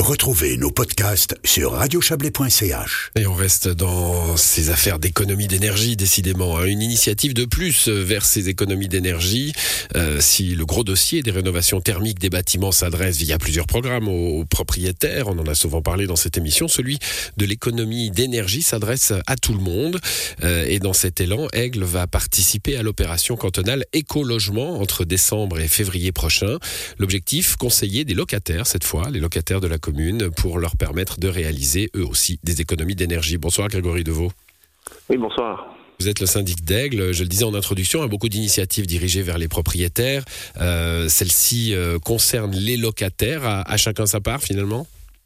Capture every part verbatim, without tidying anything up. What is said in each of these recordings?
Retrouvez nos podcasts sur radio chablais point c h. Et on reste dans ces affaires d'économie d'énergie, décidément. Hein. Une initiative de plus vers ces économies d'énergie. Euh, si le gros dossier des rénovations thermiques des bâtiments s'adresse via plusieurs programmes aux, aux propriétaires, on en a souvent parlé dans cette émission, celui de l'économie d'énergie s'adresse à tout le monde. Euh, et dans cet élan, Aigle va participer à l'opération cantonale Écologement entre décembre et février prochain. L'objectif, conseiller des locataires, cette fois, les locataires de la commune, pour leur permettre de réaliser eux aussi des économies d'énergie. Bonsoir Grégory Deveau. Oui, bonsoir. Vous êtes le syndic d'Aigle, je le disais en introduction, hein, beaucoup d'initiatives dirigées vers les propriétaires. Euh, celles-ci euh, concernent les locataires, à, à chacun sa part finalement ?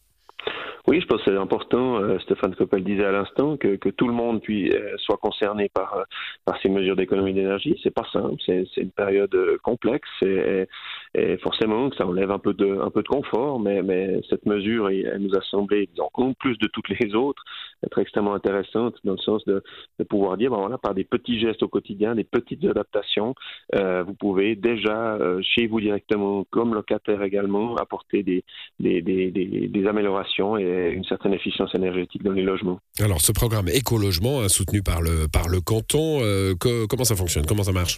Oui, je pense que c'est important, euh, Stéphane Coppel disait à l'instant, que, que tout le monde puis, euh, soit concerné par, euh, par ces mesures d'économie d'énergie. C'est pas simple, c'est, c'est une période euh, complexe et, et forcément que ça enlève un peu de, un peu de confort, mais, mais cette mesure, elle nous a semblé, disons, en plus de toutes les autres, être extrêmement intéressante dans le sens de, de pouvoir dire, ben voilà, par des petits gestes au quotidien, des petites adaptations, euh, vous pouvez déjà, euh, chez vous directement, comme locataire également, apporter des, des, des, des, des améliorations et une certaine efficience énergétique dans les logements. Alors, ce programme Écologement, hein, soutenu par le, par le canton, euh, que, comment ça fonctionne ? Comment ça marche ?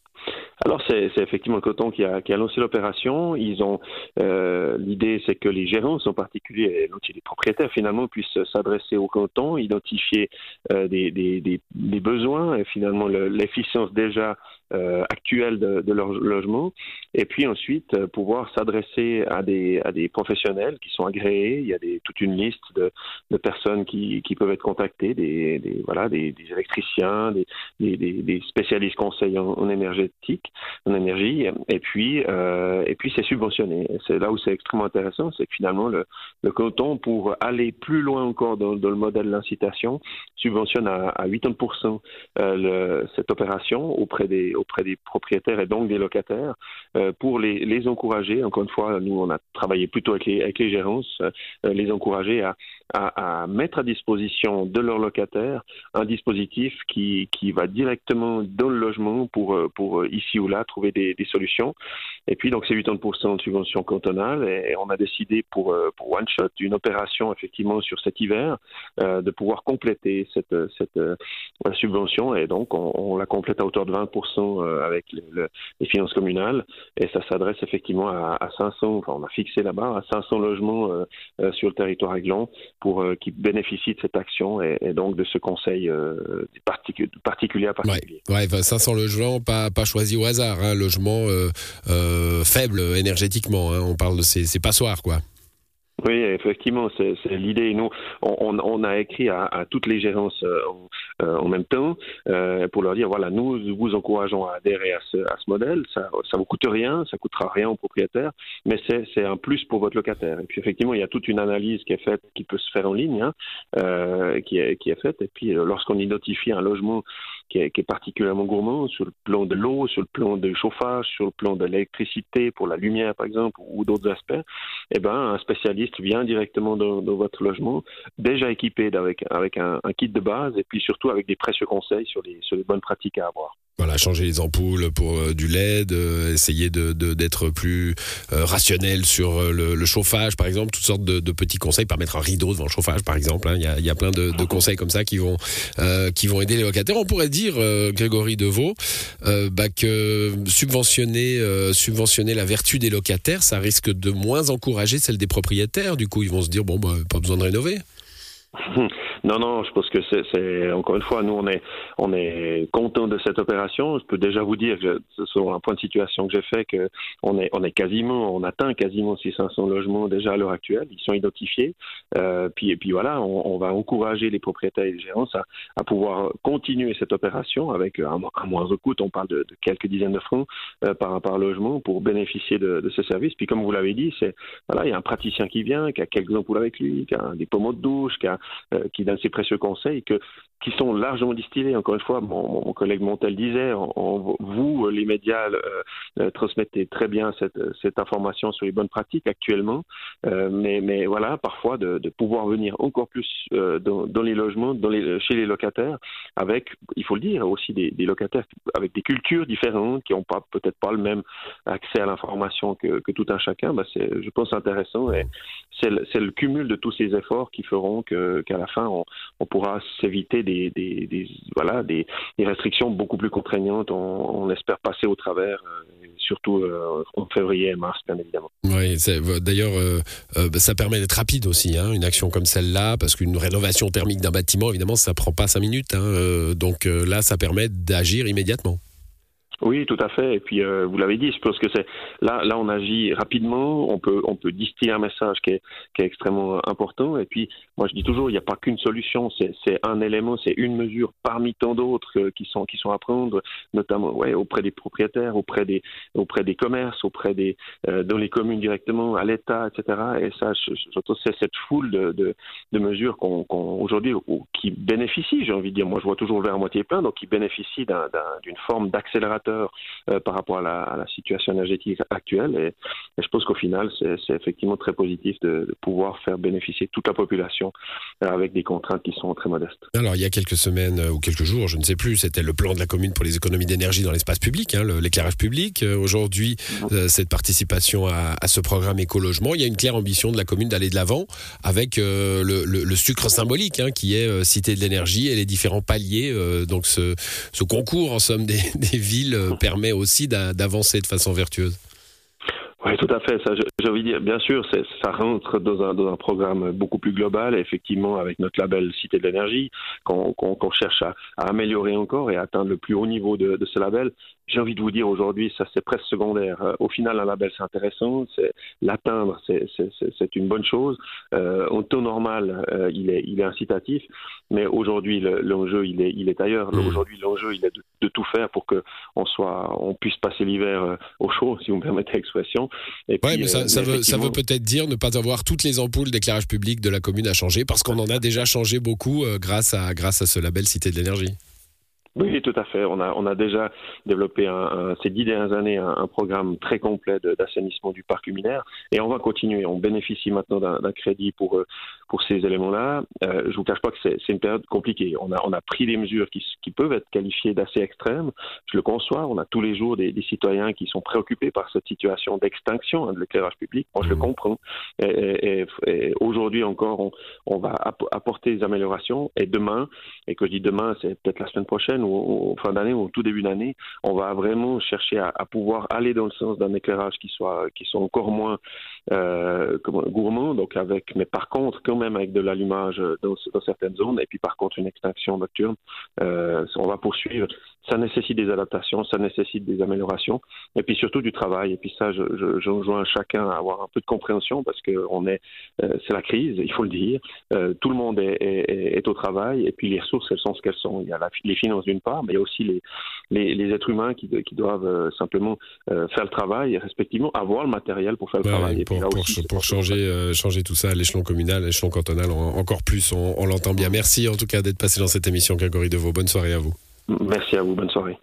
Alors c'est, c'est effectivement le canton qui a, qui a lancé l'opération. Ils ont euh, l'idée, c'est que les gérants, en particulier les propriétaires, finalement puissent s'adresser au canton, identifier euh, des, des, des, des besoins et finalement le, l'efficience déjà euh, actuelle de, de leur logement, et puis ensuite euh, pouvoir s'adresser à des à des professionnels qui sont agréés. Il y a des, toute une liste de, de personnes qui, qui peuvent être contactées, des, des voilà des, des électriciens, des, des, des spécialistes conseils en, en énergétique. en énergie, et puis euh, et puis c'est subventionné. Et c'est là où c'est extrêmement intéressant, c'est que finalement le, le canton, pour aller plus loin encore dans, dans le modèle d'incitation, subventionne à, à quatre-vingts pour cent euh, le, cette opération auprès des auprès des propriétaires et donc des locataires euh, pour les, les encourager. Encore une fois, nous on a travaillé plutôt avec les, avec les gérances, euh, les encourager à, à, à mettre à disposition de leurs locataires un dispositif qui qui va directement dans le logement pour pour ici ou là trouver des, des solutions. Et puis donc c'est quatre-vingts pour cent de subvention cantonale, et on a décidé pour pour One Shot une opération effectivement sur cet hiver euh, de pouvoir compléter cette cette euh, subvention, et donc on, on la complète à hauteur de vingt pour cent avec le, le, les finances communales, et ça s'adresse effectivement à, à cinq cents, enfin on a fixé là-bas à cinq cents logements euh, euh, sur le territoire aiglon pour euh, qui bénéficient de cette action et, et donc de ce conseil euh, particu- particulier à particulier. Ouais, ouais, cinq cents logements pas pas choisis au hasard, hein, logement euh, euh, faible énergétiquement, hein, on parle de ces, ces passoires, quoi. Oui, effectivement, c'est, c'est l'idée. Nous, on, on a écrit à, à toutes les gérances euh, en, euh, en même temps euh, pour leur dire, voilà, nous vous encourageons à adhérer à ce, à ce modèle. Ça ça vous coûte rien, ça coûtera rien aux propriétaires, mais c'est, c'est un plus pour votre locataire. Et puis effectivement, il y a toute une analyse qui est faite, qui peut se faire en ligne, hein, euh, qui est qui est faite. Et puis lorsqu'on identifie un logement qui est, qui est particulièrement gourmand sur le plan de l'eau, sur le plan du chauffage, sur le plan de l'électricité pour la lumière par exemple, ou d'autres aspects, eh ben un spécialiste vient directement dans, dans votre logement, déjà équipé avec, avec un, un kit de base, et puis surtout avec des précieux conseils sur les, sur les bonnes pratiques à avoir. Voilà, changer les ampoules pour euh, du L E D, euh, essayer de, de, d'être plus euh, rationnel sur euh, le, le chauffage, par exemple, toutes sortes de, de petits conseils, par mettre un rideau devant le chauffage, par exemple. Il hein, y, a, y a plein de, de conseils comme ça qui vont, euh, qui vont aider les locataires. On pourrait dire, euh, Grégory Deveau, euh, bah, que subventionner, euh, subventionner la vertu des locataires, ça risque de moins encourager celle des propriétaires. Du coup, ils vont se dire, bon, bah, pas besoin de rénover. Non, non, je pense que c'est, c'est encore une fois, nous on est, on est content de cette opération. Je peux déjà vous dire que sur un point de situation que j'ai fait, que on est, on est quasiment, on atteint quasiment six cents moins déjà à l'heure actuelle. Ils sont identifiés. Euh, puis et puis voilà, on, on va encourager les propriétaires et les gérants à, à pouvoir continuer cette opération avec un, un moindre coût. On parle de, de quelques dizaines de francs euh, par par logement pour bénéficier de, de ce service. Puis comme vous l'avez dit, c'est voilà, il y a un praticien qui vient, qui a quelques ampoules avec lui, qui a des pommeaux de douche, qui a euh, qui un de ces précieux conseils que, qui sont largement distillés. Encore une fois, mon, mon collègue Montel disait, on, on, vous, les médias, euh, transmettez très bien cette, cette information sur les bonnes pratiques actuellement, euh, mais, mais voilà, parfois de, de pouvoir venir encore plus euh, dans, dans les logements, dans les, chez les locataires, avec, il faut le dire, aussi des, des locataires avec des cultures différentes, qui n'ont pas, peut-être pas le même accès à l'information que, que tout un chacun. Ben c'est, je pense, intéressant, et c'est le, c'est le cumul de tous ces efforts qui feront que, qu'à la fin, on, on pourra s'éviter des, des, des, voilà, des, des restrictions beaucoup plus contraignantes. On, on espère passer au travers, euh, surtout euh, en février et mars, bien évidemment. Oui, c'est, d'ailleurs, euh, euh, ça permet d'être rapide aussi, hein, une action comme celle-là, parce qu'une rénovation thermique d'un bâtiment, évidemment, ça prend pas cinq minutes. Hein, euh, donc euh, là, ça permet d'agir immédiatement. Oui, tout à fait. Et puis, euh, vous l'avez dit, je pense que c'est là, là, on agit rapidement. On peut, on peut distiller un message qui est, qui est extrêmement important. Et puis, moi, je dis toujours, il n'y a pas qu'une solution. C'est, c'est un élément, c'est une mesure parmi tant d'autres euh, qui sont, qui sont à prendre, notamment, ouais, auprès des propriétaires, auprès des, auprès des commerces, auprès des, euh, dans les communes directement, à l'État, et cetera. Et ça, je, je trouve c'est cette foule de, de, de mesures qu'on, qu'on aujourd'hui, qui bénéficient, j'ai envie de dire. Moi, je vois toujours le verre à moitié plein, donc qui bénéficient d'un, d'un, d'une forme d'accélérateur Euh, par rapport à la, à la situation énergétique actuelle, et, et je pense qu'au final c'est, c'est effectivement très positif de, de pouvoir faire bénéficier toute la population euh, avec des contraintes qui sont très modestes. Alors il y a quelques semaines euh, ou quelques jours, je ne sais plus, c'était le plan de la commune pour les économies d'énergie dans l'espace public, hein, le, l'éclairage public. Euh, aujourd'hui, mmh. euh, cette participation à, à ce programme éco-logement, il y a une claire ambition de la commune d'aller de l'avant avec euh, le, le, le sucre symbolique, hein, qui est euh, Cité de l'énergie et les différents paliers. Euh, donc ce, ce concours en somme des, des villes euh, permet aussi d'avancer de façon vertueuse. Oui, tout à fait. Ça, j'ai envie de dire, bien sûr, c'est, ça rentre dans un, dans un programme beaucoup plus global, effectivement, avec notre label Cité de l'énergie, qu'on, qu'on, qu'on cherche à, à améliorer encore et à atteindre le plus haut niveau de, de ce label. J'ai envie de vous dire aujourd'hui, ça c'est presque secondaire. Euh, au final, un label c'est intéressant, c'est, l'atteindre c'est, c'est, c'est, c'est une bonne chose. Euh, en temps normal, euh, il est, il est incitatif, mais aujourd'hui le, l'enjeu il est, il est ailleurs. Mmh. Aujourd'hui l'enjeu il est de, de tout faire pour que on soit, on puisse passer l'hiver euh, au chaud, si vous me permettez l'expression. Et puis, ouais, mais ça, euh, ça, mais veut, ça veut peut-être dire ne pas avoir toutes les ampoules d'éclairage public de la commune à changer, parce qu'on en a déjà changé beaucoup euh, grâce à grâce à ce label Cité de l'énergie. Oui, tout à fait. On a, on a déjà développé un, un, ces dix dernières années un, un programme très complet de, d'assainissement du parc luminaire, et on va continuer. On bénéficie maintenant d'un, d'un crédit pour, pour ces éléments-là. Euh, je ne vous cache pas que c'est, c'est une période compliquée. On a, on a pris des mesures qui, qui peuvent être qualifiées d'assez extrêmes. Je le conçois. On a tous les jours des, des citoyens qui sont préoccupés par cette situation d'extinction hein, de l'éclairage public. Moi, je le comprends. Et, et, et, et aujourd'hui encore, on, on va apporter des améliorations. Et demain, et que je dis demain, c'est peut-être la semaine prochaine, ou en fin d'année ou au tout début d'année, on va vraiment chercher à, à pouvoir aller dans le sens d'un éclairage qui soit qui soit encore moins euh, comment, gourmand, donc avec, mais par contre quand même avec de l'allumage dans, dans certaines zones, et puis par contre une extinction nocturne. Euh, on va poursuivre. Ça nécessite des adaptations, ça nécessite des améliorations, et puis surtout du travail. Et puis ça, je, je, je rejoins chacun à avoir un peu de compréhension, parce que on est, euh, c'est la crise, il faut le dire. Euh, tout le monde est, est, est au travail, et puis les ressources, elles sont ce qu'elles sont. Il y a la, les finances d'une part, mais il y a aussi les, les, les êtres humains qui, qui doivent euh, simplement euh, faire le travail et respectivement avoir le matériel pour faire le ouais, travail. Et pour, puis là pour, aussi, pour changer, euh, changer tout ça à l'échelon communal, à l'échelon cantonal, en, encore plus, on, on l'entend bien. Merci en tout cas d'être passé dans cette émission, Grégory Deveau. Bonne soirée à vous. Merci à vous, bonne soirée.